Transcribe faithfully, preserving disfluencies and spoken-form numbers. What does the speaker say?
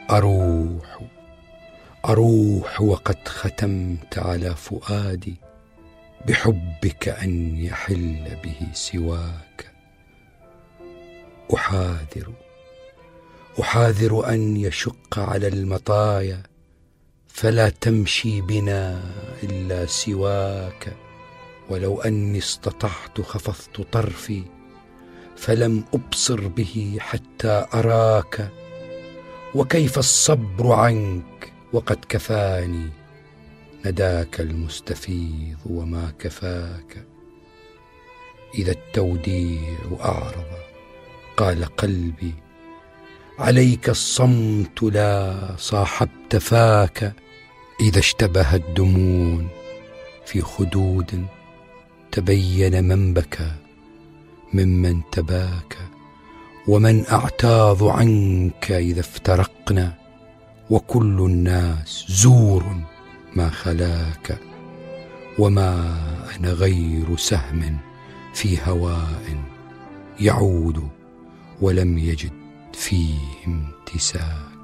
أروح أروح وقد ختمت على فؤادي بحبك أن يحل به سواك. أحاذر أحاذر أن يشق على المطايا فلا تمشي بنا إلا سواك. ولو أني استطعت خفضت طرفي فلم أبصر به حتى أراك. وكيف الصبر عنك وقد كفاني نداك المستفيض وما كفاك. إذا التوديع أعرض قال قلبي عليك الصمت لا صاحبت فاك. إذا اشتبه الدمون في خدود تبين من بكى ممن تباكى. ومن أعتاض عنك إذا افترقنا وكل الناس زور ما خلاك. وما أنا غير سهم في هواء يعود ولم يجد فيه امتساك.